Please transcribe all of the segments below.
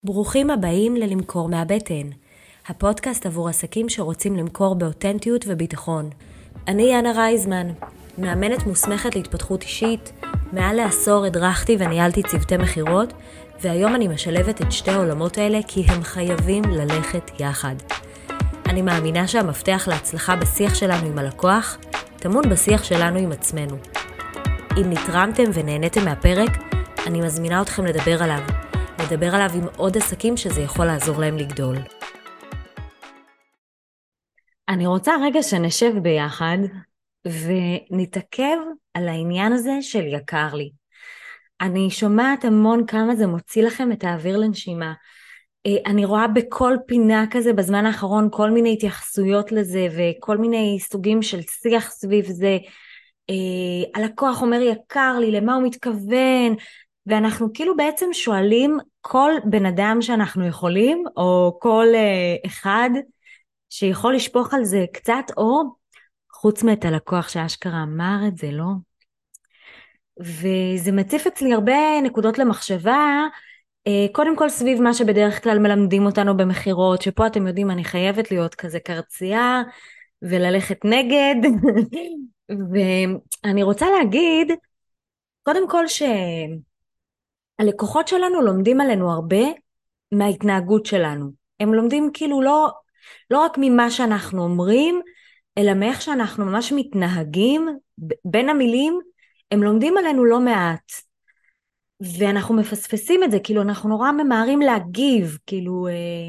ברוכים הבאים ללמכור מהבטן, הפודקאסט עבור עסקים שרוצים למכור באותנטיות וביטחון. אני יאנה רייזמן, מאמנת מוסמכת להתפתחות אישית, מעל לעשור הדרכתי וניהלתי צוותי מחירות, והיום אני משלבת את שתי העולמות האלה כי הם חייבים ללכת יחד. אני מאמינה שהמפתח להצלחה בשיח שלנו עם הלקוח, טמון בשיח שלנו עם עצמנו. אם נתרמתם ונהניתם מהפרק, אני מזמינה אתכם לדבר עליו עם עוד עסקים שזה יכול לעזור להם לגדול. אני רוצה רגע שנשב ביחד ונתעכב על העניין הזה של יקר לי. אני שומעת המון כמה זה מוציא לכם את האוויר לנשימה. אני רואה בכל פינה כזה בזמן האחרון כל מיני התייחסויות לזה וכל מיני סוגים של שיח סביב זה. הלקוח אומר יקר לי, למה הוא מתכוון? ואנחנו כאילו בעצם שואלים כל בן אדם שאנחנו יכולים, או כל אחד שיכול לשפוך על זה קצת אור, חוץ מאת הלקוח שאשכרה אמר את זה, לא? וזה מציף אצלי הרבה נקודות למחשבה, קודם כל סביב מה שבדרך כלל מלמדים אותנו במחירות, שפה אתם יודעים אני חייבת להיות כזה קרצייה וללכת נגד, ואני רוצה להגיד, קודם כל הלקוחות שלנו לומדים עלינו הרבה מההתנהגות שלנו. הם לומדים כאילו לא רק ממה שאנחנו אומרים, אלא מאיך שאנחנו ממש מתנהגים בין המילים, הם לומדים עלינו לא מעט. ואנחנו מפספסים את זה, כאילו אנחנו נורא ממהרים להגיב, כאילו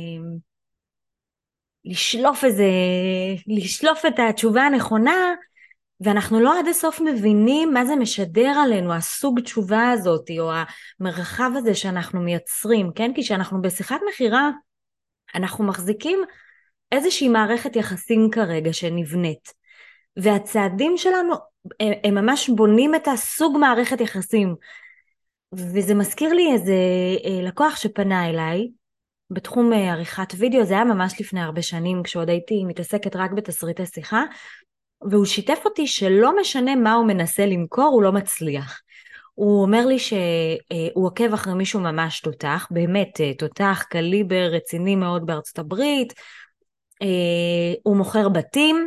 לשלוף את התשובה הנכונה, ואנחנו לא עד הסוף מבינים מה זה משדר עלינו, הסוג תשובה הזאת, או המרחב הזה שאנחנו מייצרים, כן? כי כשאנחנו בשיחת מחירה, אנחנו מחזיקים איזושהי מערכת יחסים כרגע שנבנית, והצעדים שלנו, הם ממש בונים את הסוג מערכת יחסים, וזה מזכיר לי איזה לקוח שפנה אליי, בתחום עריכת וידאו, זה היה ממש לפני הרבה שנים, כשעוד הייתי מתעסקת רק בתסריטי שיחה, והוא שיתף אותי שלא משנה מה הוא מנסה למכור, הוא לא מצליח. הוא אומר לי שהוא עוקב אחרי מישהו ממש תותח, באמת תותח, קליבר רציני מאוד בארצות הברית, הוא מוכר בתים,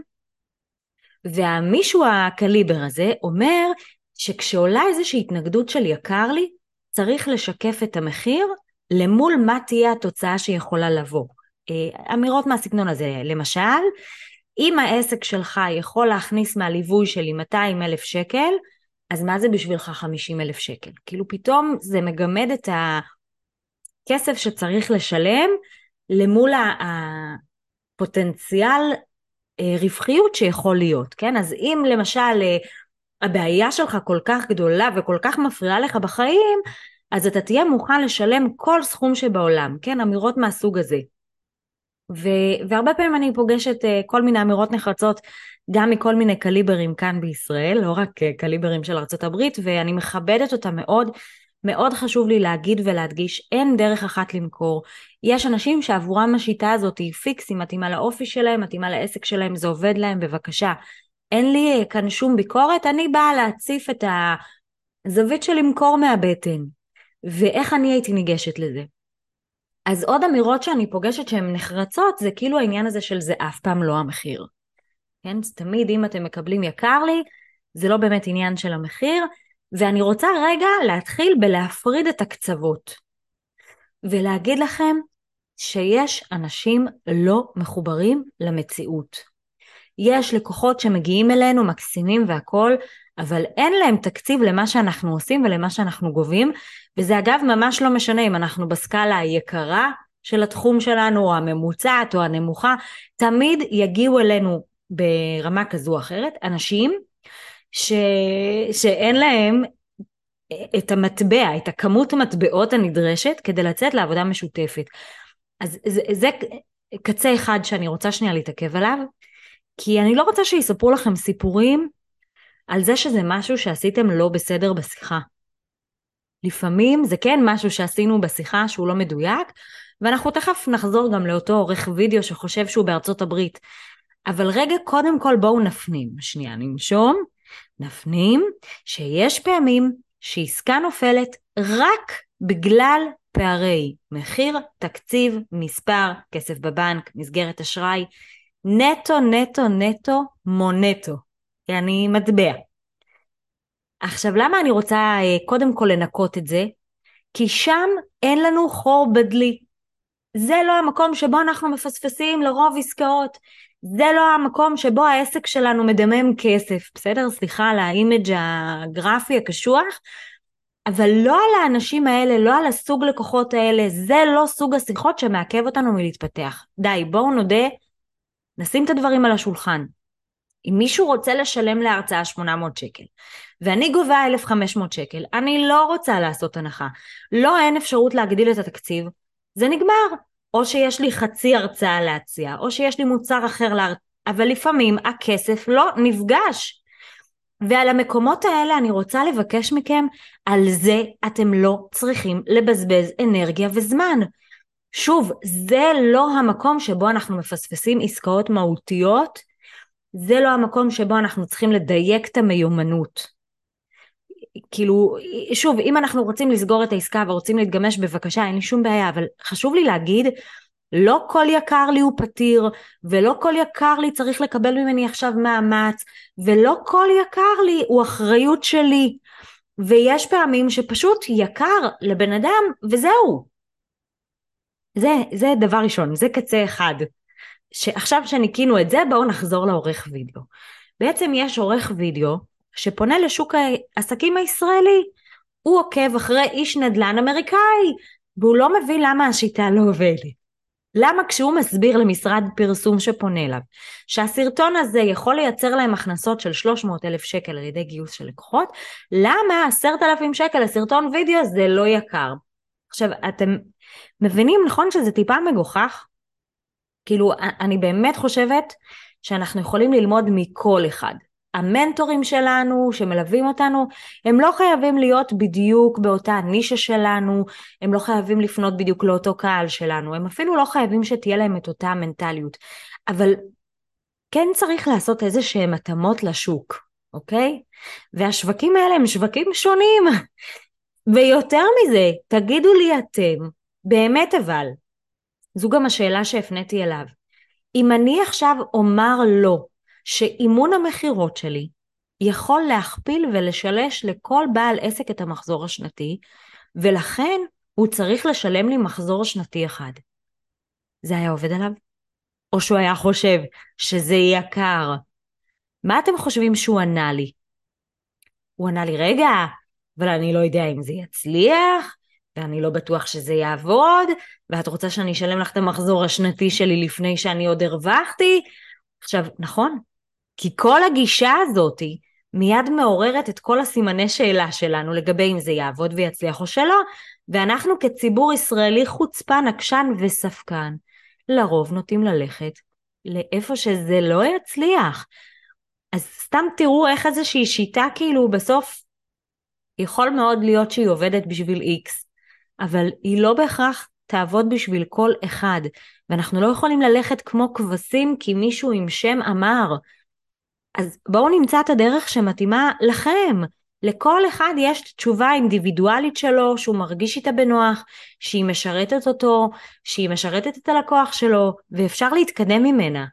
והמישהו הקליבר הזה אומר שכשעולה איזושהי התנגדות של יקר לי, צריך לשקף את המחיר למול מה תהיה התוצאה שיכולה לבוא. אמירות מהסגנון הזה, למשל, אם העסק שלך יכול להכניס מהליווי שלי 200,000 שקל, אז מה זה בשבילך 50,000 שקל? כאילו פתאום זה מגמד את הכסף שצריך לשלם למול הפוטנציאל רווחיות שיכול להיות, כן? אז אם למשל הבעיה שלך כל כך גדולה וכל כך מפריעה לך בחיים, אז אתה תהיה מוכן לשלם כל סכום שבעולם, כן? אמירות מהסוג הזה. והרבה פעמים אני פוגשת כל מיני אמירות נחרצות, גם מכל מיני קליברים כאן בישראל, לא רק קליברים של ארצות הברית, ואני מכבדת אותה מאוד. מאוד חשוב לי להגיד ולהדגיש, אין דרך אחת למכור. יש אנשים שעבורם השיטה הזאת היא פיקס, היא מתאימה לאופי שלהם, מתאימה לעסק שלהם, זה עובד להם, בבקשה. אין לי כאן שום ביקורת, אני באה להציף את הזווית של למכור מהבטן, ואיך אני הייתי ניגשת לזה. אז עוד אמירות שאני פוגשת שהן נחרצות, זה כאילו העניין הזה של זה אף פעם לא המחיר. כן? אז תמיד אם אתם מקבלים יקר לי, זה לא באמת עניין של המחיר, ואני רוצה רגע להתחיל בלהפריד את הקצוות, ולהגיד לכם שיש אנשים לא מחוברים למציאות. יש לקוחות שמגיעים אלינו, מקסימים והכל, אבל אין להם תקציב למה שאנחנו עושים ולמה שאנחנו גובים, וזה אגב ממש לא משנה אם אנחנו בסקאלה היקרה של התחום שלנו, או הממוצעת או הנמוכה, תמיד יגיעו אלינו ברמה כזו או אחרת, אנשים שאין להם את המטבע, את הכמות המטבעות הנדרשת כדי לצאת לעבודה משותפת. אז זה קצה אחד שאני רוצה שנייה להתעכב עליו, כי אני לא רוצה שיספרו לכם סיפורים על זה שזה משהו שעשיתם לא בסדר בשיחה. לפעמים זה כן משהו שעשינו בשיחה שהוא לא מדויק, ואנחנו תכף נחזור גם לאותו עורך וידאו שחושב שהוא בארצות הברית. אבל רגע קודם כל בואו נפנים, שנייה ננשום, נפנים שיש פעמים שעסקה נופלת רק בגלל פערי מחיר, תקציב, מספר, כסף בבנק, מסגרת אשראי, נטו, נטו, נטו, מונטו. אני מטבע. עכשיו, למה אני רוצה קודם כל לנקות את זה? כי שם אין לנו חור בדלי. זה לא המקום שבו אנחנו מפספסים לרוב עסקאות. זה לא המקום שבו העסק שלנו מדמם כסף. בסדר? סליחה על האימג' הגרפי הקשוח. אבל לא על האנשים האלה, לא על הסוג לקוחות האלה. זה לא סוג השיחות שמעכב אותנו מלהתפתח. די, בואו נודה, נשים את הדברים על השולחן. אם מישהו רוצה לשלם להרצאה 800 שקל, ואני גובה 1,500 שקל, אני לא רוצה לעשות הנחה. לא, אין אפשרות להגדיל את התקציב, זה נגמר. או שיש לי חצי הרצאה להציע, או שיש לי מוצר אחר אבל לפעמים הכסף לא נפגש. ועל המקומות האלה אני רוצה לבקש מכם, על זה אתם לא צריכים לבזבז אנרגיה וזמן. שוב, זה לא המקום שבו אנחנו מפספסים עסקאות מהותיות, זה לא המקום שבו אנחנו צריכים לדייק את המיומנות. כאילו, שוב, אם אנחנו רוצים לסגור את העסקה ורוצים להתגמש, בבקשה, אין לי שום בעיה, אבל חשוב לי להגיד, לא כל יקר לי הוא פתיר, ולא כל יקר לי צריך לקבל ממני עכשיו מאמץ, ולא כל יקר לי הוא אחריות שלי, ויש פעמים שפשוט יקר לבן אדם, וזהו. זה דבר ראשון, זה קצה אחד. שעכשיו שניקינו את זה, בואו נחזור לעורך וידאו. בעצם יש עורך וידאו שפונה לשוק העסקים הישראלי. הוא עוקב אחרי איש נדל"ן אמריקאי, והוא לא מבין למה השיטה לא עובדת. למה כשהוא מסביר למשרד פרסום שפונה אליו, שהסרטון הזה יכול לייצר להם הכנסות של 300,000 שקל על ידי גיוס של לקוחות, למה 10,000 שקל לסרטון וידאו זה לא יקר? עכשיו, אתם מבינים, נכון שזה טיפה מגוחך? כאילו, אני באמת חושבת שאנחנו יכולים ללמוד מכל אחד. המנטורים שלנו שמלווים אותנו, הם לא חייבים להיות בדיוק באותה נישה שלנו, הם לא חייבים לפנות בדיוק לאותו קהל שלנו, הם אפילו לא חייבים שתהיה להם את אותה מנטליות. אבל כן צריך לעשות איזה שהם התאמות לשוק, אוקיי? והשווקים האלה הם שווקים שונים. ויותר מזה, תגידו לי אתם, באמת אבל, זו גם השאלה שהפניתי אליו. אם אני עכשיו אומר לו שאימון המחירות שלי יכול להכפיל ולשלש לכל בעל עסק את המחזור השנתי, ולכן הוא צריך לשלם לי מחזור שנתי אחד. זה היה עובד עליו? או שהוא היה חושב שזה יקר? מה אתם חושבים שהוא ענה לי? הוא ענה לי, רגע, אבל אני לא יודע אם זה יצליח, ואני לא בטוח שזה יעבוד, ואת רוצה שאני אשלם לך את המחזור השנתי שלי לפני שאני עוד הרווחתי? עכשיו, נכון, כי כל הגישה הזאת מיד מעוררת את כל הסימני שאלה שלנו לגבי אם זה יעבוד ויצליח או שלא, ואנחנו כציבור ישראלי חוצפן, עקשן וספקן, לרוב נוטים ללכת לאיפה שזה לא יצליח. אז סתם תראו איך איזושהי שיטה כאילו בסוף יכול מאוד להיות שהיא עובדת בשביל X, אבל היא לא בהכרח תעבוד בשביל כל אחד, ואנחנו לא יכולים ללכת כמו כבשים כי מישהו עם שם אמר. אז בואו נמצא את הדרך שמתאימה לכם. לכל אחד יש תשובה אינדיבידואלית שלו, שהוא מרגיש איתה בנוח, שהיא משרתת אותו, שהיא משרתת את הלקוח שלו, ואפשר להתקדם ממנה.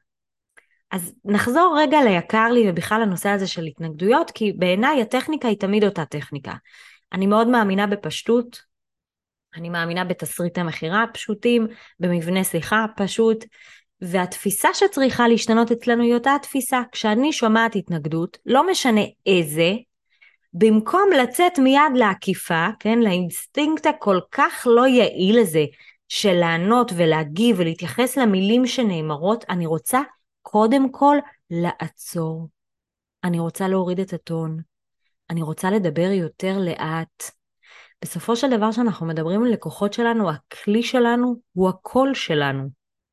אז נחזור רגע ליקר לי ובכלל לנושא הזה של התנגדויות, כי בעיניי הטכניקה היא תמיד אותה טכניקה. אני מאוד מאמינה בפשטות, אני מאמינה בתסריטי מחירה פשוטים, במבנה שיחה פשוט, והתפיסה שצריכה להשתנות אצלנו היא אותה התפיסה. כשאני שומעת התנגדות, לא משנה איזה, במקום לצאת מיד לעקיפה, כן, לאינסטינקט הכל כך לא יעיל הזה, של לענות ולהגיב ולהתייחס למילים שנאמרות, אני רוצה קודם כל לעצור. אני רוצה להוריד את הטון. אני רוצה לדבר יותר לאט. בסופו של דבר שאנחנו מדברים על לקוחות שלנו, הכלי שלנו הוא הקול שלנו.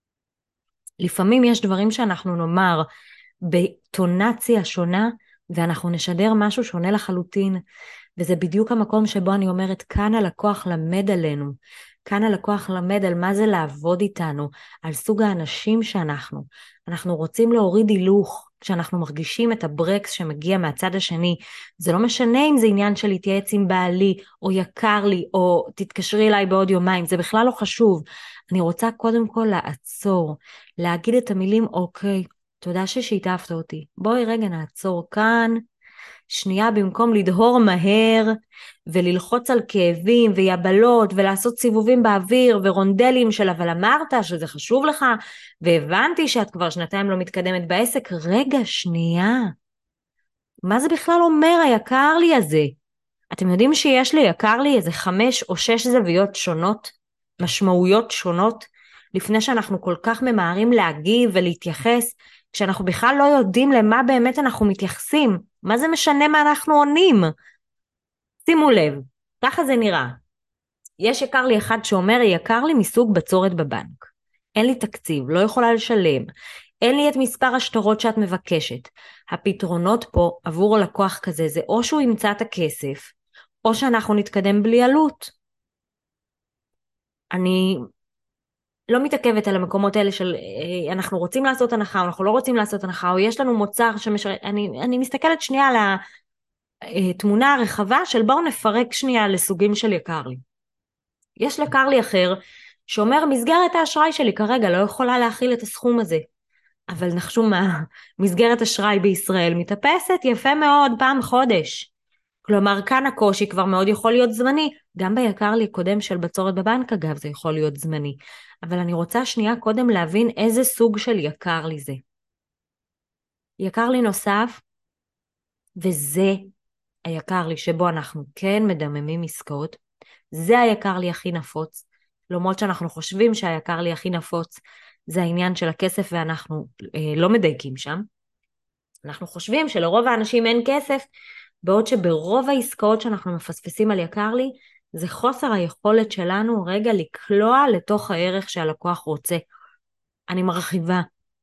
לפעמים יש דברים שאנחנו נאמר בטונציה שונה, ואנחנו נשדר משהו שונה לחלוטין, וזה בדיוק המקום שבו אני אומרת, כאן הלקוח למד עלינו, כאן הלקוח למד על מה זה לעבוד איתנו, על סוג האנשים שאנחנו רוצים להוריד הילוך, כשאנחנו מרגישים את הברקס שמגיע מהצד השני, זה לא משנה אם זה עניין של להתייעץ עם בעלי, או יקר לי, או תתקשרי אליי בעוד יומיים, זה בכלל לא חשוב. אני רוצה קודם כל לעצור, להגיד את המילים, אוקיי, תודה ששיתפת אותי. בואי רגע נעצור כאן, שנייה, במקום לדהור מהר וללחוץ על כאבים ויבלות ולעשות סיבובים באוויר ורונדלים של אבל אמרת שזה חשוב לך והבנתי שאת כבר שנתיים לא מתקדמת בעסק. רגע, שנייה. מה זה בכלל אומר היקר לי הזה? אתם יודעים שיש לי יקר לי איזה 5 או 6 זוויות שונות, משמעויות שונות, לפני שאנחנו כל כך ממהרים להגיב ולהתייחס, כשאנחנו בכלל לא יודעים למה באמת אנחנו מתייחסים. מה זה משנה מה אנחנו עונים? שימו לב, ככה זה נראה. יש יקר לי אחד שאומר, יקר לי מסוג בצורת בבנק. אין לי תקציב, לא יכולה לשלם. אין לי את מספר השטרות שאת מבקשת. הפתרונות פה עבור הלקוח כזה, זה או שהוא ימצא את הכסף, או שאנחנו נתקדם בלי עלות. אני לא מתעכבת על המקומות האלה של אנחנו רוצים לעשות הנחה, או אנחנו לא רוצים לעשות הנחה, או יש לנו מוצר שמשרת, אני מסתכלת שנייה על התמונה הרחבה של בואו נפרק שנייה לסוגים של יקר לי. יש יקר לי אחר שאומר מסגרת האשראי שלי כרגע לא יכולה להכיל את הסכום הזה. אבל נחשו מה, מסגרת אשראי בישראל מתאפסת יפה מאוד פעם חודש. כלומר, כאן הקושי כבר מאוד יכול להיות זמני, גם ביקר לי קודם של בצורת בבנק אגב זה יכול להיות זמני. אבל אני רוצה שנייה קודם להבין איזה סוג של יקר לי זה. יקר לי נוסף, וזה היקר לי שבו אנחנו כן מדממים עסקאות, זה היקר לי הכי נפוץ, למרות שאנחנו חושבים שהיקר לי הכי נפוץ זה העניין של הכסף ואנחנו לא מדייקים שם. אנחנו חושבים שלרוב האנשים אין כסף, בעוד שברוב העסקאות שאנחנו מפספסים על יקר לי, זה חוסר היכולת שלנו רגע לקלוע לתוך הערך שהלקוח רוצה. אני מרחיבה.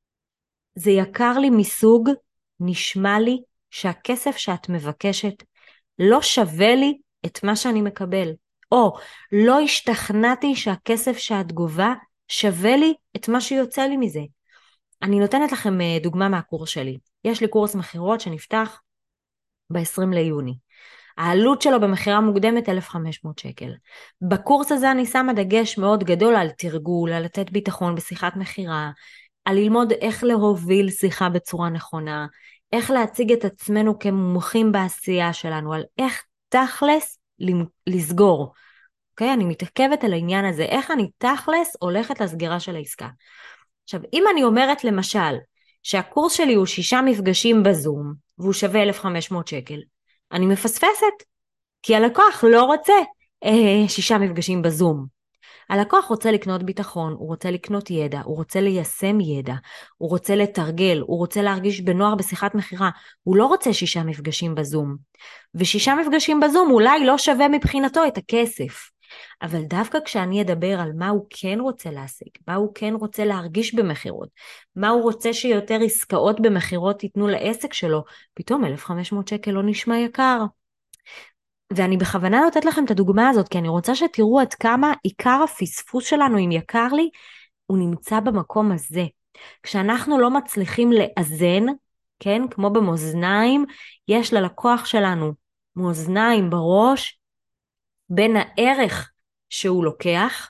זה יקר לי מסוג, נשמע לי שהכסף שאת מבקשת לא שווה לי את מה שאני מקבל. או לא השתכנעתי שהכסף שאת גובה שווה לי את מה שיוצא לי מזה. אני נותנת לכם דוגמה מהקורס שלי. יש לי קורס מחירות שנפתח ב-20 ליוני. העלות שלו במחירה מוקדמת 1,500 שקל. בקורס הזה אני שמה דגש מאוד גדול על תרגול, על לתת ביטחון בשיחת מחירה, על ללמוד איך להוביל שיחה בצורה נכונה, איך להציג את עצמנו כמומחים בעשייה שלנו, על איך תכלס לסגור. אוקיי? אני מתעכבת על העניין הזה, איך אני תכלס הולכת לסגירה של העסקה. עכשיו, אם אני אומרת למשל, שהקורס שלי הוא 6 מפגשים בזום, והוא שווה 1,500 שקל, אני מפספסת, כי הלקוח לא רוצה 6 מפגשים בזום. הלקוח רוצה לקנות ביטחון, הוא רוצה לקנות ידע, הוא רוצה ליישם ידע, הוא רוצה לתרגל, הוא רוצה להרגיש בנוער בשיחת מחירה, הוא לא רוצה 6 מפגשים בזום. ו6 מפגשים בזום אולי לא שווה מבחינתו את הכסף. אבל דווקא כשאני אדבר על מה הוא כן רוצה להשיג, מה הוא כן רוצה להרגיש במחירות, מה הוא רוצה שיותר עסקאות במחירות ייתנו לעסק שלו, פתאום 1,500 שקל לא נשמע יקר. ואני בכוונה נותנת לכם את הדוגמה הזאת, כי אני רוצה שתראו עד כמה עיקר הפספוס שלנו עם יקר לי, הוא נמצא במקום הזה. כשאנחנו לא מצליחים לאזן, כן, כמו במאזניים, יש ללקוח שלנו מאזניים בראש, בין הערך שהוא לוקח,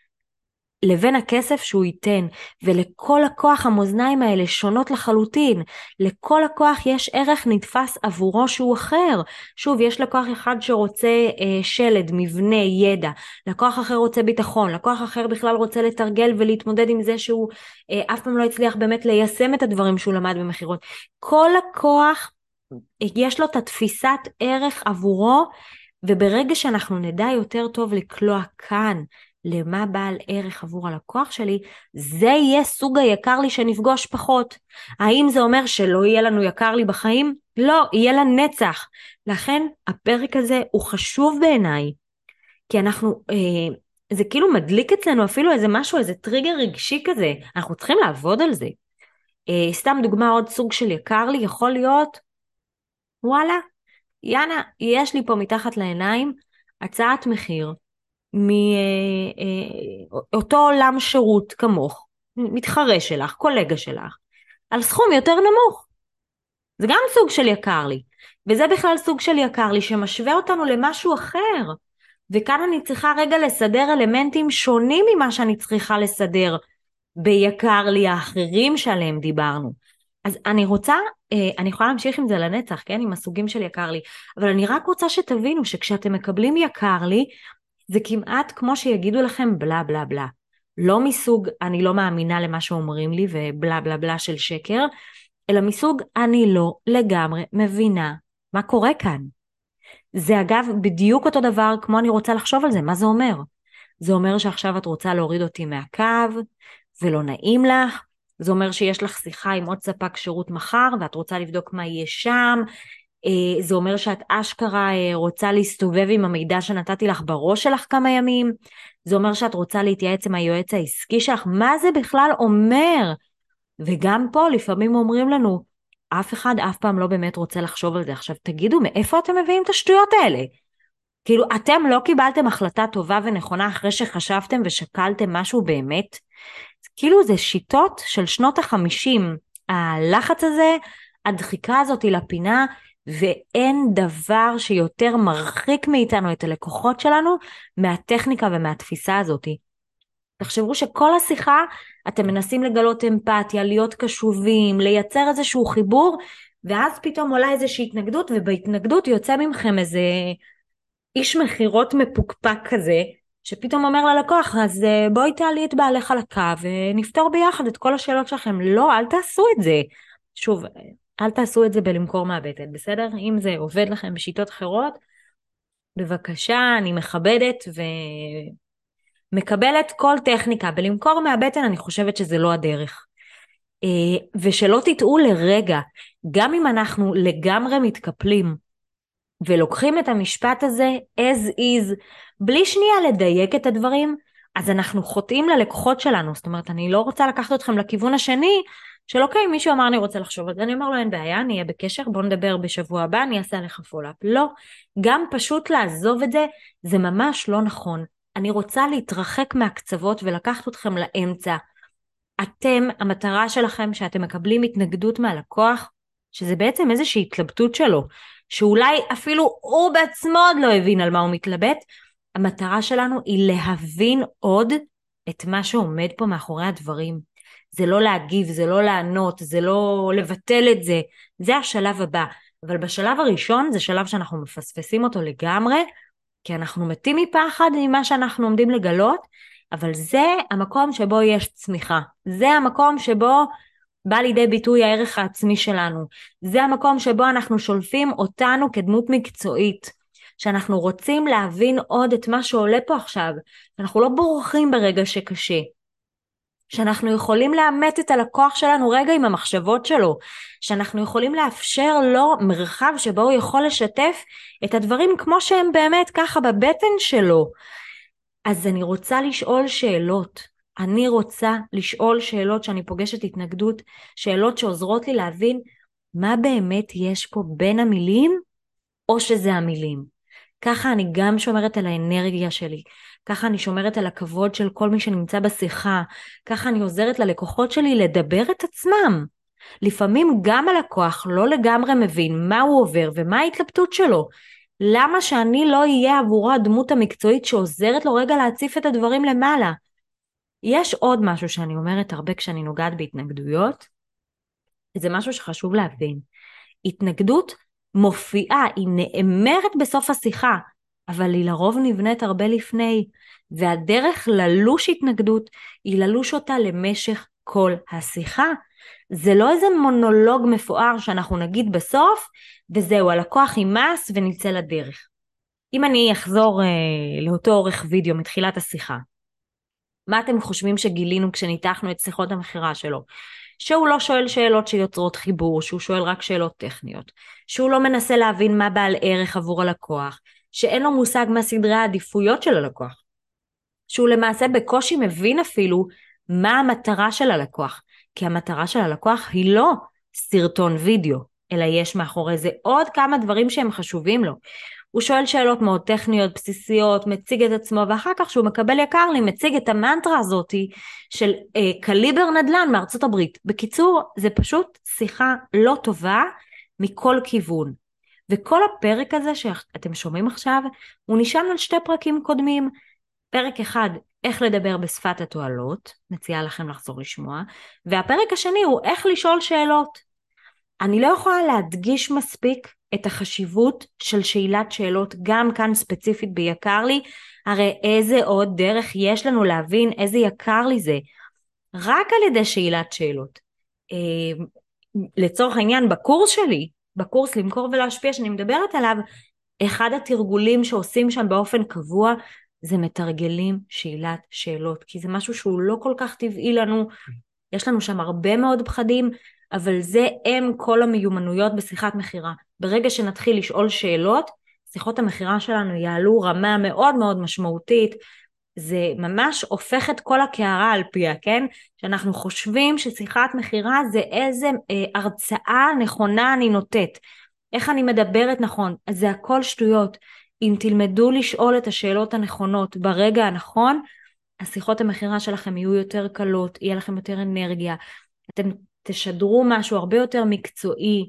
לבין הכסף שהוא ייתן, ולכל לקוח המאזניים האלה שונות לחלוטין. לכל לקוח יש ערך נתפס עבורו שהוא אחר. שוב, יש לקוח אחד שרוצה שלד, מבנה, ידע, לקוח אחר רוצה ביטחון, לקוח אחר בכלל רוצה לתרגל ולהתמודד עם זה שהוא אף פעם לא הצליח באמת ליישם את הדברים שהוא למד במחירות. כל לקוח יש לו את התפיסת ערך עבורו, וברגע שאנחנו נדע יותר טוב לקלוע כאן, למה בעל ערך עבור הלקוח שלי, זה יהיה סוג היקר לי שנפגוש פחות. האם זה אומר שלא יהיה לנו יקר לי בחיים? לא, יהיה לנצח. לכן הפרק הזה הוא חשוב בעיניי, כי אנחנו, זה כאילו מדליק אצלנו אפילו איזה משהו, איזה טריגר רגשי כזה, אנחנו צריכים לעבוד על זה. סתם דוגמה, עוד סוג של יקר לי יכול להיות, וואלה, יאנה, יש לי פה מתחת לעיניים הצעת מחיר, מאותו עולם שירות כמוך, מתחרה שלך, קולגה שלך, על סכום יותר נמוך. זה גם סוג של יקר לי, וזה בכלל סוג של יקר לי שמשווה אותנו למשהו אחר, וכאן אני צריכה רגע לסדר אלמנטים שונים ממה שאני צריכה לסדר ביקר לי האחרים שעליהם דיברנו. אז אני רוצה, אני יכולה להמשיך עם זה לנצח, כן? עם הסוגים של יקר לי, אבל אני רק רוצה שתבינו שכשאתם מקבלים יקר לי, זה כמעט כמו שיגידו לכם בלה בלה בלה. לא מסוג אני לא מאמינה למה שאומרים לי ובלה בלה בלה של שקר, אלא מסוג אני לא לגמרי מבינה מה קורה כאן. זה אגב בדיוק אותו דבר כמו אני רוצה לחשוב על זה, מה זה אומר? זה אומר שעכשיו את רוצה להוריד אותי מהקו ולא נעים לך, זה אומר שיש לך שיחה עם עוד ספק שירות מחר ואת רוצה לבדוק מה יהיה שם, זה אומר שאת אשכרה רוצה להסתובב עם המידע שנתתי לך בראש שלך כמה ימים, זה אומר שאת רוצה להתייעץ עם היועץ העסקי שלך, מה זה בכלל אומר? וגם פה לפעמים אומרים לנו, אף אחד אף פעם לא באמת רוצה לחשוב על זה. עכשיו תגידו, מאיפה אתם מביאים את השטויות האלה? כאילו אתם לא קיבלתם החלטה טובה ונכונה אחרי שחשבתם ושקלתם משהו באמת? כאילו זה שיטות של שנות ה-50, הלחץ הזה, הדחיקה הזאת לפינה, ואין דבר שיותר מרחיק מאיתנו את הלקוחות שלנו מהטכניקה ומהתפיסה הזאת. תחשבו שכל השיחה אתם מנסים לגלות אמפתיה, להיות קשובים, לייצר איזשהו חיבור, ואז פתאום עולה איזושהי התנגדות, ובהתנגדות יוצא ממכם איזה איש מחירות מפוקפק כזה, שפתאום אומר ללקוח, אז בואי תעלי את בעלך על הקו, ונפתור ביחד את כל השאלות שלכם. לא, אל תעשו את זה. שוב, אל תעשו את זה בלמכור מהבטן, בסדר? אם זה עובד לכם בשיטות אחרות, בבקשה, אני מכבדת ומקבלת כל טכניקה. בלמכור מהבטן אני חושבת שזה לא הדרך. ושלא תטעו לרגע, גם אם אנחנו לגמרי מתקפלים, ולוקחים את המשפט הזה as is, בלי שנייה לדייק את הדברים, אז אנחנו חוטאים ללקוחות שלנו. זאת אומרת, אני לא רוצה לקחת אתכם לכיוון השני, של אוקיי, מישהו אמר אני רוצה לחשוב על זה, אני אומר לו אין בעיה, אני אהיה בקשר, בוא נדבר בשבוע הבא, אני אעשה עליך פולאפ. לא, גם פשוט לעזוב את זה, זה ממש לא נכון. אני רוצה להתרחק מהקצוות ולקחת אתכם לאמצע. אתם, המטרה שלכם שאתם מקבלים התנגדות מהלקוח, שזה בעצם איזושהי התלבטות שלו, שאולי אפילו הוא בעצמו עוד לא הבין על מה הוא מתלבט, המטרה שלנו היא להבין עוד את מה שעומד פה מאחורי הדברים. זה לא להגיב, זה לא לענות, זה לא לבטל את זה, זה השלב הבא. אבל בשלב הראשון זה שלב שאנחנו מפספסים אותו לגמרי, כי אנחנו מתים מפחד ממה שאנחנו עומדים לגלות, אבל זה המקום שבו יש צמיחה, זה המקום שבו בא לידי ביטוי הערך העצמי שלנו, זה המקום שבו אנחנו שולפים אותנו כדמות מקצועית, שאנחנו רוצים להבין עוד את מה שעולה פה עכשיו, אנחנו לא בורחים ברגע שקשה, שאנחנו יכולים לאמת את הלקוח שלנו רגע עם המחשבות שלו, שאנחנו יכולים לאפשר לו מרחב שבו הוא יכול לשתף את הדברים כמו שהם באמת ככה בבטן שלו. אז אני רוצה לשאול שאלות, אני רוצה לשאול שאלות שאני פוגשת התנגדות, שאלות שעוזרות לי להבין מה באמת יש פה בין המילים, או שזה המילים. ככה אני גם שומרת על האנרגיה שלי, ככה אני שומרת על הכבוד של כל מי שנמצא בשיחה, ככה אני עוזרת ללקוחות שלי לדבר את עצמם. לפעמים גם הלקוח לא לגמרי מבין מה הוא עובר ומה ההתלבטות שלו. למה שאני לא אהיה עבורו הדמות המקצועית שעוזרת לו רגע להציף את הדברים למעלה? יש עוד משהו שאני אומרת הרבה כשאני נוגעת בהתנגדויות, זה משהו שחשוב להבין. התנגדות מופיעה, היא נאמרת בסוף השיחה, אבל היא לרוב נבנית הרבה לפני, והדרך ללוש התנגדות היא ללוש אותה למשך כל השיחה. זה לא איזה מונולוג מפואר שאנחנו נגיד בסוף, וזהו, הלקוח יימס ונצא לדרך. אם אני אחזור לאותו אורך וידאו מתחילת השיחה, מה אתם חושבים שגילינו כשניתחנו את שיחות המחירה שלו? שהוא לא שואל שאלות שיוצרות חיבור, שהוא שואל רק שאלות טכניות, שהוא לא מנסה להבין מה בעל ערך עבור הלקוח, שאין לו מושג מה סדרי העדיפויות של הלקוח, שהוא למעשה בקושי מבין אפילו מה המטרה של הלקוח, כי המטרה של הלקוח היא לא סרטון וידאו, אלא יש מאחורי זה עוד כמה דברים שהם חשובים לו. הוא שואל שאלות מאוד טכניות, בסיסיות, מציג את עצמו, ואחר כך שהוא מקבל יקר לי, מציג את המנטרה הזאת של קליבר נדל"ן מארצות הברית. בקיצור, זה פשוט שיחה לא טובה, מכל כיוון. וכל הפרק הזה שאתם שומעים עכשיו, הוא נשען על 2 פרקים קודמים. פרק אחד, איך לדבר בשפת התועלות, מציעה לכם לחזור לשמוע, והפרק השני הוא איך לשאול שאלות. אני לא יכולה להדגיש מספיק את החשיבות של שאלת שאלות, גם כאן ספציפית ביקר לי, הרי איזה עוד דרך יש לנו להבין איזה יקר לי זה, רק על ידי שאלת שאלות. לצורך העניין בקורס שלי, בקורס למכור ולהשפיע שאני מדברת עליו, אחד התרגולים שעושים שם באופן קבוע, זה מתרגלים שאלת שאלות, כי זה משהו שהוא לא כל כך טבעי לנו, יש לנו שם הרבה מאוד פחדים, אבל זה הם כל המיומנויות בשיחת מחירה. ברגע שנתחיל לשאול שאלות, שיחות המחירה שלנו יעלו רמה מאוד מאוד משמעותית, זה ממש הופך את כל הקערה על פיה, כן? שאנחנו חושבים ששיחת מחירה זה איזה הרצאה נכונה אני נותנת, איך אני מדברת נכון, אז זה הכל שטויות. אם תלמדו לשאול את השאלות הנכונות ברגע הנכון, השיחות המחירה שלכם יהיו יותר קלות, יהיה לכם יותר אנרגיה, אתם תשדרו משהו הרבה יותר מקצועי,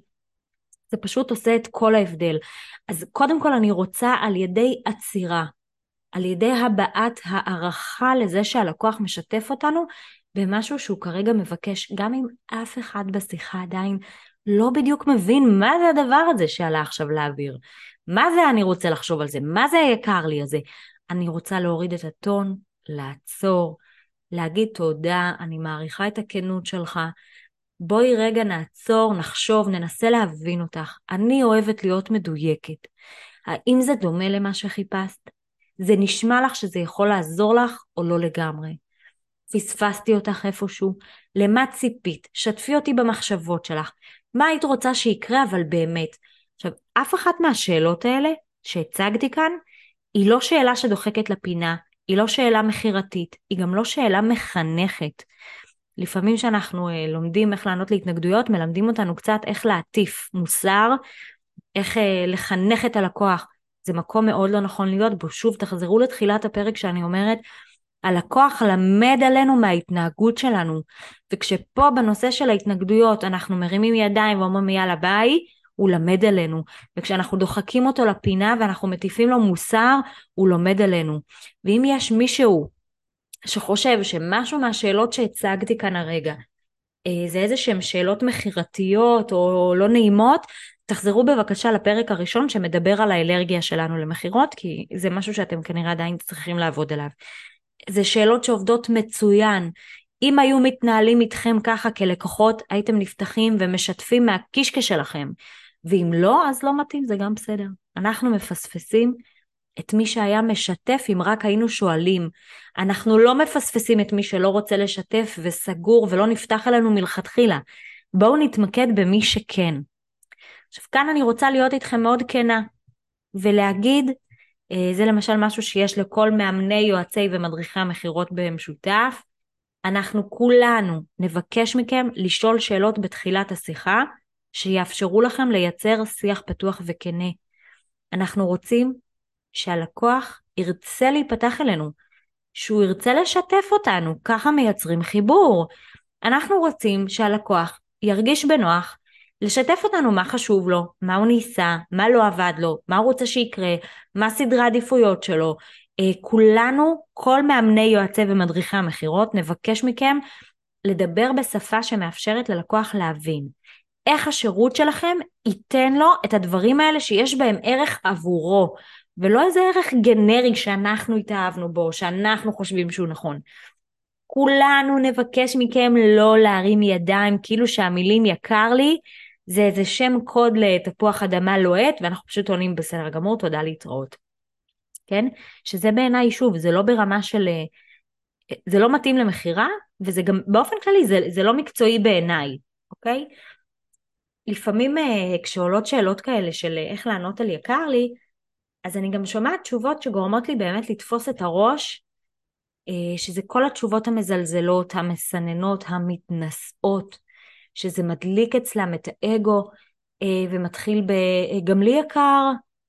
זה פשוט עושה את כל ההבדל. אז קודם כל אני רוצה על ידי עצירה, על ידי הבעת הערכה לזה שהלקוח משתף אותנו במשהו שהוא כרגע מבקש, גם אם אף אחד בשיחה עדיין לא בדיוק מבין מה זה הדבר הזה שעלה עכשיו לאוויר, מה זה אני רוצה לחשוב על זה, מה זה היקר לי הזה, אני רוצה להוריד את הטון, לעצור, להגיד תודה, אני מעריכה את הכנות שלך, בואי רגע נעצור, נחשוב, ננסה להבין אותך, אני אוהבת להיות מדויקת, האם זה דומה למה שחיפשת? זה נשמע לך שזה יכול לעזור לך או לא לגמרי? פספסתי אותך איפשהו? למה ציפית? שתפי אותי במחשבות שלך. מה היית רוצה שיקרה אבל באמת? עכשיו, אף אחת מהשאלות האלה שהצגתי כאן, היא לא שאלה שדוחקת לפינה, היא לא שאלה מחירתית, היא גם לא שאלה מחנכת. לפעמים שאנחנו לומדים איך לענות להתנגדויות, מלמדים אותנו קצת איך להטיף מוסר, איך לחנך את הלקוח. זה מקום מאוד לא נכון להיות בו. שוב, תחזרו לתחילת הפרק שאני אומרת, הלקוח למד עלינו מההתנהגות שלנו, וכשפה בנושא של ההתנגדויות אנחנו מרימים ידיים ואומרים יאללה ביי, הוא למד עלינו, וכשאנחנו דוחקים אותו לפינה ואנחנו מטיפים לו מוסר, הוא לומד עלינו. ואם יש מישהו שחושב שמשהו מהשאלות שהצגתי כאן הרגע, זה איזה שהן שאלות מחירתיות או לא נעימות, תחזרו בבקשה לפרק הראשון שמדבר על האלרגיה שלנו למחירות, כי זה משהו שאתם כנראה עדיין צריכים לעבוד עליו. זה שאלות שעובדות מצוין. אם היו מתנהלים איתכם ככה כלקוחות, הייתם נפתחים ומשתפים מהקישקע שלכם. ואם לא, אז לא מתאים, זה גם בסדר. אנחנו מפספסים את מי שהיה משתף אם רק היינו שואלים. אנחנו לא מפספסים את מי שלא רוצה לשתף וסגור ולא נפתח עלינו מלכתחילה. בואו נתמקד במי שכן. עכשיו כאן אני רוצה להיות איתכם מאוד כנה ולהגיד, זה למשל משהו שיש לכל מאמני, יועצי ומדריכי המחירות במשותף, אנחנו כולנו נבקש מכם לשאול שאלות בתחילת השיחה, שיאפשרו לכם לייצר שיח פתוח וכנה. אנחנו רוצים שהלקוח ירצה להיפתח אלינו, שהוא ירצה לשתף אותנו, ככה מייצרים חיבור. אנחנו רוצים שהלקוח ירגיש בנוח, לשתף אותנו מה חשוב לו, מה הוא ניסה, מה לא עבד לו, מה הוא רוצה שיקרה, מה סדרי העדיפויות שלו. כולנו, כל מאמני, יועצי ומדריכי המחירות, נבקש מכם לדבר בשפה שמאפשרת ללקוח להבין. איך השירות שלכם ייתן לו את הדברים האלה שיש בהם ערך עבורו, ולא איזה ערך גנרי שאנחנו התאהבנו בו, שאנחנו חושבים שהוא נכון. כולנו נבקש מכם לא להרים ידיים, כאילו שהמילים יקר לי, זה איזה שם קוד לתפוח אדמה לוהט, ואנחנו פשוט עונים בסדר גמור, תודה להתראות. כן? שזה בעיניי שוב, זה לא ברמה של, זה לא מתאים למחירה, וזה גם באופן כללי, זה לא מקצועי בעיניי, אוקיי? לפעמים כשעולות שאלות כאלה של איך לענות על יקר לי, אז אני גם שומעת תשובות שגורמות לי באמת לתפוס את הראש, שזה כל התשובות המזלזלות, המסננות, המתנשאות, שזה מדליק אצלם את האגו, ומתחיל גם לי יקר,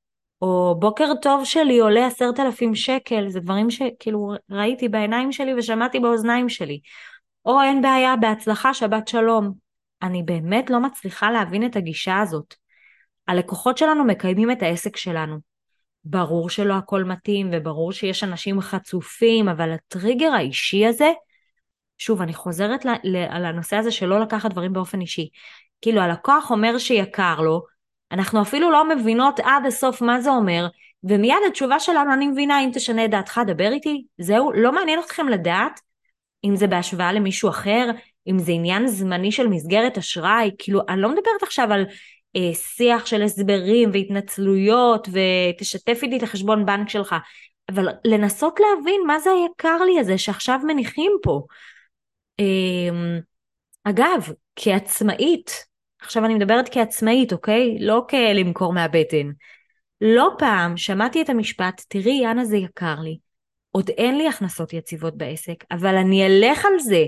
או בוקר טוב שלי עולה 10,000 שקל, זה דברים שכאילו ראיתי בעיניים שלי ושמעתי באוזניים שלי, או אין בעיה, בהצלחה, שבת שלום. אני באמת לא מצליחה להבין את הגישה הזאת. הלקוחות שלנו מקיימים את העסק שלנו. ברור שלא הכל מתאים, וברור שיש אנשים חצופים, אבל הטריגר האישי הזה, שוב, אני חוזרת על הנושא הזה שלא לקחת דברים באופן אישי. כאילו, הלקוח אומר שיקר לו, אנחנו אפילו לא מבינות עד הסוף מה זה אומר, ומיד התשובה שלנו, אני מבינה, אם תשנה את דעתך, דבר איתי. זהו, לא מעניין אתכם לדעת אם זה בהשוואה למישהו אחר, אם זה עניין זמני של מסגרת אשראי, כאילו, אני לא מדברת עכשיו על שיח של הסברים והתנצלויות, ותשתף איתי את החשבון בנק שלך, אבל לנסות להבין מה זה היקר לי הזה שעכשיו מניחים פה. אגב, כעצמאית, עכשיו אני מדברת כעצמאית, אוקיי? לא כלמכור מהבטן. לא פעם שמעתי את המשפט, תראי יאנה זה יקר לי, עוד אין לי הכנסות יציבות בעסק, אבל אני אלך על זה.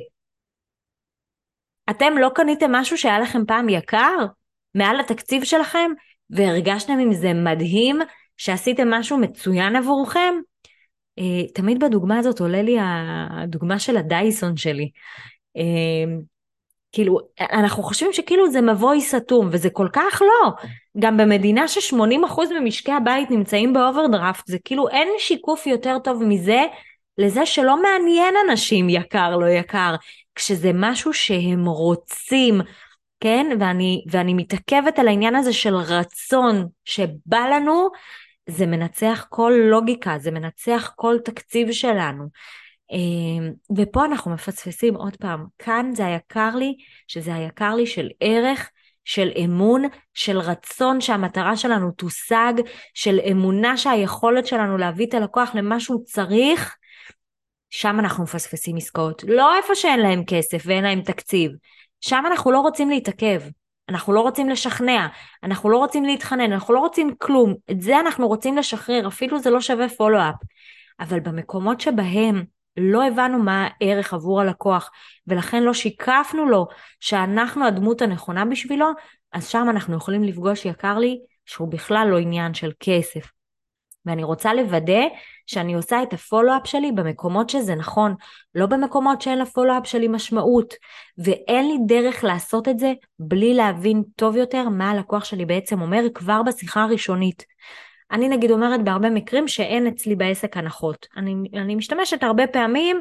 אתם לא קניתם משהו שהיה לכם פעם יקר? מעל התקציב שלכם? והרגשתם עם זה מדהים שעשיתם משהו מצוין עבורכם? תמיד בדוגמה הזאת עולה לי הדוגמה של הדייסון שלי. כאילו, אנחנו חושבים שכאילו זה מבוי סתום, וזה כל כך לא. גם במדינה ש80% ממשקי הבית נמצאים באוברדרפט, זה כאילו אין שיקוף יותר טוב מזה, לזה שלא מעניין אנשים יקר לא יקר, כשזה משהו שהם רוצים, כן? ואני מתעכבת על העניין הזה של רצון שבא לנו, זה מנצח כל לוגיקה, זה מנצח כל תקציב שלנו. ופה אנחנו מפספסים עוד פעם, כאן זה היקר לי, שזה היקר לי של ערך, של אמון, של רצון שהמטרה שלנו תושג, של אמונה שהיכולת שלנו להביא את הלקוח למה שהוא צריך, שם אנחנו מפספסים עסקאות. לא איפה שאין להם כסף ואין להם תקציב, שם אנחנו לא רוצים להתעכב, אנחנו לא רוצים לשכנע, אנחנו לא רוצים להתחנן, אנחנו לא רוצים כלום, את זה אנחנו רוצים לשחרר, אפילו זה לא שווה פולו-אפ. אבל במקומות שבהם לא הבנו מה הערך עבור הלקוח, ולכן לא שיקפנו לו שאנחנו הדמות הנכונה בשבילו, אז שם אנחנו יכולים לפגוש יקר לי, שהוא בכלל לא עניין של כסף. ואני רוצה לוודא שאני עושה את הפולו-אפ שלי במקומות שזה נכון, לא במקומות שאין לפולו-אפ שלי משמעות, ואין לי דרך לעשות את זה בלי להבין טוב יותר מה הלקוח שלי בעצם אומר כבר בשיחה הראשונית. אני נגיד אומרת בהרבה מקרים שאין אצלי בעסק הנחות. אני משתמשת הרבה פעמים,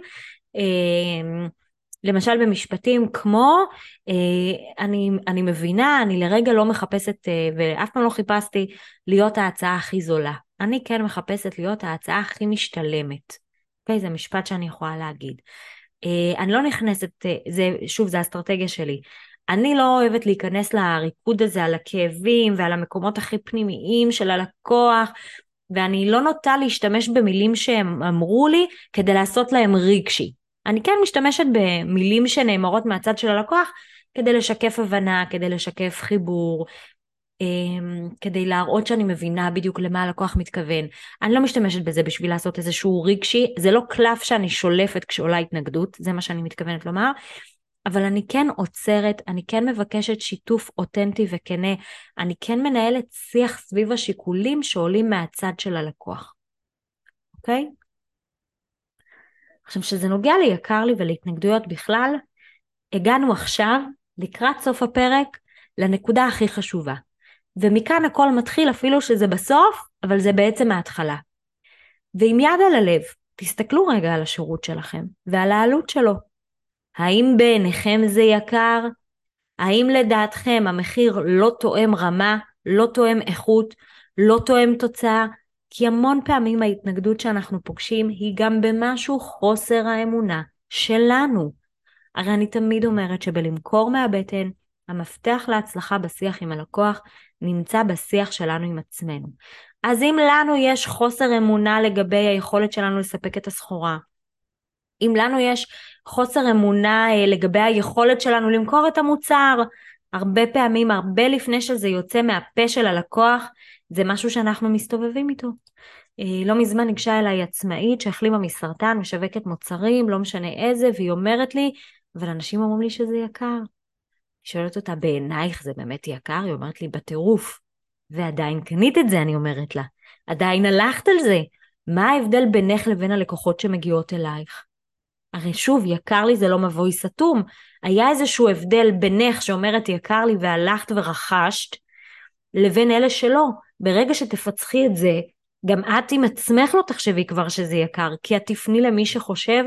למשל במשפטים כמו, אני מבינה, אני לרגע לא מחפשת, ואף פעם לא חיפשתי להיות ההצעה הכי זולה. אני כן מחפשת להיות ההצעה הכי משתלמת. אוקיי, זה משפט שאני יכולה להגיד. אני לא נכנסת, שוב, זה האסטרטגיה שלי. אני לא אוהבת להיכנס לריקוד הזה על הכאבים ועל המקומות הכי פנימיים של הלקוח, ואני לא נוטה להשתמש במילים שהם אמרו לי כדי לעשות להם רגשי. אני כן משתמשת במילים שנאמרות מהצד של הלקוח כדי לשקף הבנה, כדי לשקף חיבור, כדי להראות שאני מבינה בדיוק למה הלקוח מתכוון. אני לא משתמשת בזה בשביל לעשות איזשהו רגשי, זה לא קלף שאני שולפת כשעולה התנגדות, זה מה שאני מתכוונת לומר, אבל אני כן עוצרת, אני כן מבקשת שיתוף אותנטי וכנה, אני כן מנהלת שיח סביב השיקולים שעולים מהצד של הלקוח. אוקיי? עכשיו שזה נוגע ליקר לי ולהתנגדויות בכלל, הגענו עכשיו לקראת סוף הפרק לנקודה הכי חשובה. ומכאן הכל מתחיל אפילו שזה בסוף, אבל זה בעצם ההתחלה. ועם יד על הלב, תסתכלו רגע על השירות שלכם ועל העלות שלו. האם בעיניכם זה יקר? האם לדעתכם המחיר לא תואם רמה, לא תואם איכות, לא תואם תוצאה? כי המון פעמים ההתנגדות שאנחנו פוגשים היא גם במשהו חוסר האמונה שלנו. הרי אני תמיד אומרת שבלמכור מהבטן, המפתח להצלחה בשיח עם הלקוח נמצא בשיח שלנו עם עצמנו. אז אם לנו יש חוסר אמונה לגבי היכולת שלנו לספק את הסחורה, אם לנו יש חוסר אמונה לגבי היכולת שלנו למכור את המוצר, הרבה פעמים, הרבה לפני שזה יוצא מהפה של הלקוח, זה משהו שאנחנו מסתובבים איתו. לא מזמן ניגשה אליי עצמאית שהחלימה מסרטן, משווקת מוצרים, לא משנה איזה, והיא אומרת לי, אבל אנשים אומרים לי שזה יקר. אני שואלת אותה, בעינייך זה באמת יקר? היא אומרת לי, בטירוף. ועדיין קנית את זה, אני אומרת לה. עדיין הלכת על זה. מה ההבדל בינך לבין הלקוחות שמגיעות אלייך? הרי שוב, יקר לי זה לא מבוי סתום. היה איזשהו הבדל בינך שאומרת יקר לי והלכת ורכשת, לבין אלה שלא. ברגע שתפצחי את זה, גם את עם עצמך לא תחשבי כבר שזה יקר, כי את תפני למי שחושב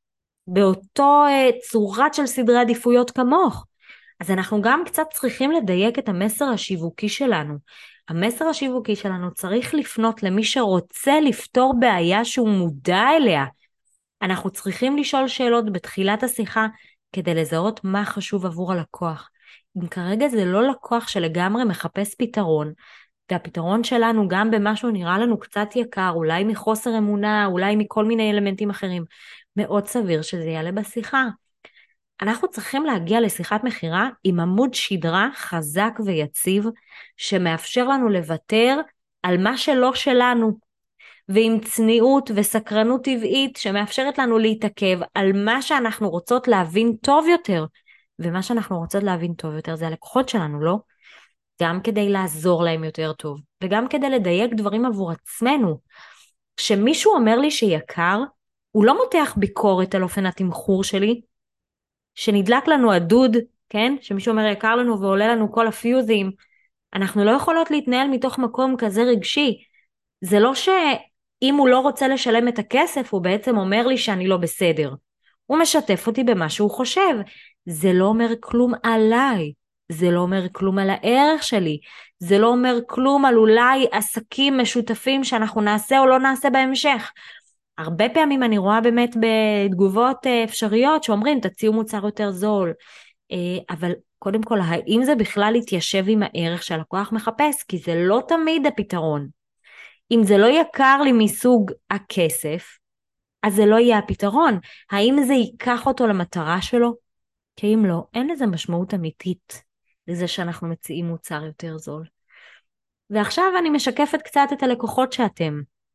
באותו צורת של סדרי עדיפויות כמוך. אז אנחנו גם קצת צריכים לדייק את המסר השיווקי שלנו. המסר השיווקי שלנו צריך לפנות למי שרוצה לפתור בעיה שהוא מודע אליה. אנחנו צריכים לשאול שאלות בתחילת השיחה כדי לזהות מה חשוב עבור הלקוח. אם כרגע זה לא לקוח שלגמרי מחפש פתרון, והפתרון שלנו גם במשהו נראה לנו קצת יקר, אולי מחוסר אמונה, אולי מכל מיני אלמנטים אחרים, מאוד סביר שזה יעלה בשיחה. אנחנו צריכים להגיע לשיחת מחירה עם עמוד שדרה חזק ויציב, שמאפשר לנו לוותר על מה שלא שלנו, ועם צניעות וסקרנות טבעית שמאפשרת לנו להתעכב על מה שאנחנו רוצות להבין טוב יותר, ומה שאנחנו רוצות להבין טוב יותר זה הלקוחות שלנו, לא? גם כדי לעזור להם יותר טוב, וגם כדי לדייק דברים עבור עצמנו. כשמישהו אומר לי שיקר, הוא לא מותח ביקורת על אופן התמחור שלי, שנדלק לנו הדוד, כן? שמישהו אומר יקר לנו ועולה לנו כל הפיוזים. אנחנו לא יכולות להתנהל מתוך מקום כזה רגשי. זה לא שאם הוא לא רוצה לשלם את הכסף, הוא בעצם אומר לי שאני לא בסדר. הוא משתף אותי במה שהוא חושב. זה לא אומר כלום עליי. זה לא אומר כלום על הערך שלי. זה לא אומר כלום על אולי עסקים משותפים שאנחנו נעשה או לא נעשה בהמשך. הרבה פעמים אני רואה באמת בתגובות אפשריות שאומרים תציעו מוצר יותר זול, אבל קודם כל האם זה בכלל יתיישב עם הערך שהלקוח מחפש? כי זה לא תמיד הפתרון. אם זה לא יקר לי מסוג הכסף, אז זה לא יהיה הפתרון. האם זה ייקח אותו למטרה שלו? כי אם לא, אין לזה משמעות אמיתית לזה שאנחנו מציעים מוצר יותר זול. ועכשיו אני משקפת קצת את הלקוחות שאתם.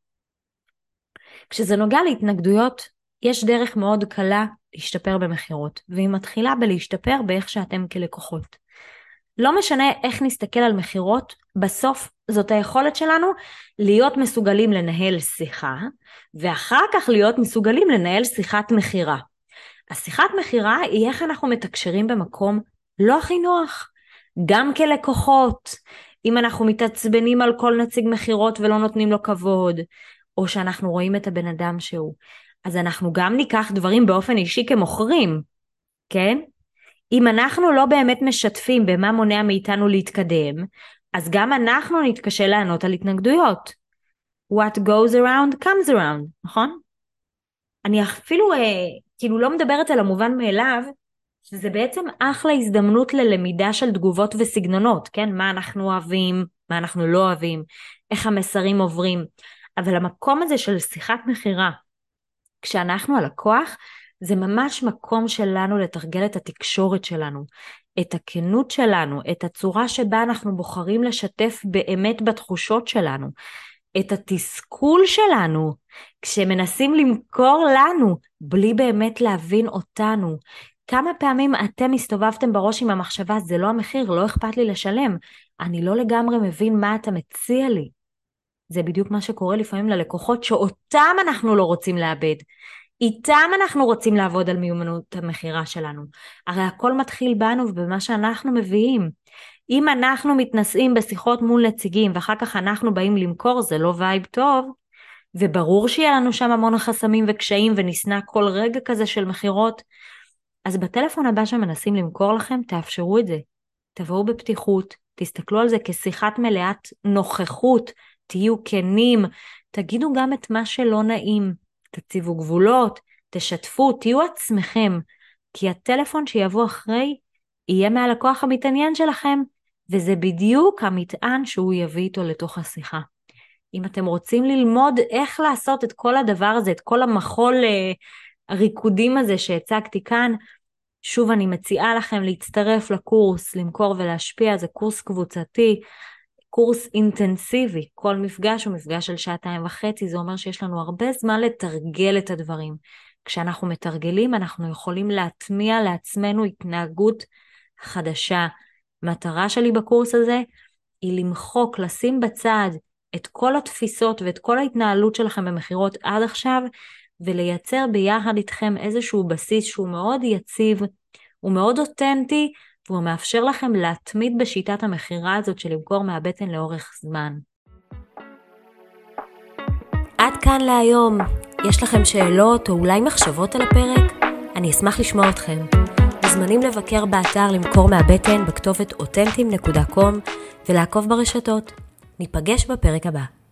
כשזה נוגע להתנגדויות, יש דרך מאוד קלה להשתפר במחירות, והיא מתחילה בלהשתפר באיך שאתם כלקוחות. לא משנה איך נסתכל על מחירות, בסוף זאת היכולת שלנו להיות מסוגלים לנהל שיחה, ואחר כך להיות מסוגלים לנהל שיחת מחירה. השיחת מחירה היא איך אנחנו מתקשרים במקום לא הכי נוח, גם כלקוחות. אם אנחנו מתעצבנים על כל נציג מחירות ולא נותנים לו כבוד, או שאנחנו רואים את הבן אדם שהוא, אז אנחנו גם ניקח דברים באופן אישי כמוכרים, כן? אם אנחנו לא באמת משתפים במה מונע מאיתנו להתקדם, אז גם אנחנו נתקשה לענות על התנגדויות. What goes around comes around, נכון? אני אפילו כאילו לא מדברת על המובן מאליו, שזה בעצם אחלה הזדמנות ללמידה של תגובות וסגנונות, כן? מה אנחנו אוהבים, מה אנחנו לא אוהבים, איך המסרים עוברים. אבל המקום הזה של שיחת מחירה, כשאנחנו הלקוח, זה ממש מקום שלנו לתרגל את התקשורת שלנו, את הכנות שלנו, את הצורה שבה אנחנו בוחרים לשתף באמת בתחושות שלנו, את התסכול שלנו, כשמנסים למכור לנו, בלי באמת להבין אותנו. כמה פעמים אתם הסתובבתם בראש עם המחשבה, זה לא המחיר, לא אכפת לי לשלם, אני לא לגמרי מבין מה אתה מציע לי. זה בדיוק מה שקורה לפעמים ללקוחות שאותם אנחנו לא רוצים לאבד. איתם אנחנו רוצים לעבוד על מיומנות המחירה שלנו. הרי הכל מתחיל בנו ובמה שאנחנו מביאים. אם אנחנו מתנסים בשיחות מול נציגים ואחר כך אנחנו באים למכור, זה לא וייב טוב, וברור שיהיה לנו שם המון חסמים וקשיים ונשנא כל רגע כזה של מחירות. אז בטלפון הבא שמנסים למכור לכם, תאפשרו את זה. תבואו בפתיחות, תסתכלו על זה כשיחת מלאת נוכחות, תהיו כנים, תגידו גם את מה שלא נעים, תציבו גבולות, תשתפו, תהיו עצמכם, כי הטלפון שיבוא אחרי יהיה מהלקוח המתעניין שלכם, וזה בדיוק המטען שהוא יביא איתו לתוך השיחה. אם אתם רוצים ללמוד איך לעשות את כל הדבר הזה, את כל המחול הריקודים הזה שהצגתי כאן, שוב אני מציעה לכם להצטרף לקורס למכור ולהשפיע, זה קורס קבוצתי, קורס אינטנסיבי, כל מפגש הוא מפגש של 2.5, זה אומר שיש לנו הרבה זמן לתרגל את הדברים. כשאנחנו מתרגלים אנחנו יכולים להטמיע לעצמנו התנהגות חדשה. המטרה שלי בקורס הזה היא למחוק, לשים בצד את כל התפיסות ואת כל ההתנהלות שלכם במחירות עד עכשיו, ולייצר ביחד איתכם איזשהו בסיס שהוא מאוד יציב, הוא מאוד אותנטי, והוא מאפשר לכם להתמיד בשיטת המחירה הזאת של למכור מהבטן לאורך זמן. עד כאן להיום. יש לכם שאלות או אולי מחשבות על הפרק? אני אשמח לשמוע אתכם. מוזמנים לבקר באתר למכור מהבטן בכתובת authentim.com ולעקוב ברשתות. ניפגש בפרק הבא.